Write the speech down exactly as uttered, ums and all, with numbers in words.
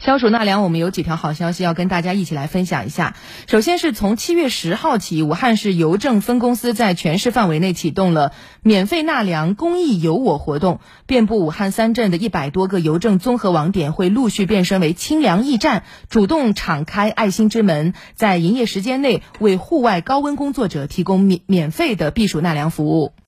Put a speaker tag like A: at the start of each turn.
A: 消暑纳凉，我们有几条好消息要跟大家一起来分享一下。首先是从七月十号起，武汉市邮政分公司在全市范围内启动了免费纳凉公益有我活动，遍布武汉三镇的一百多个邮政综合网点会陆续变身为清凉驿站，主动敞开爱心之门，在营业时间内为户外高温工作者提供免免费的避暑纳凉服务。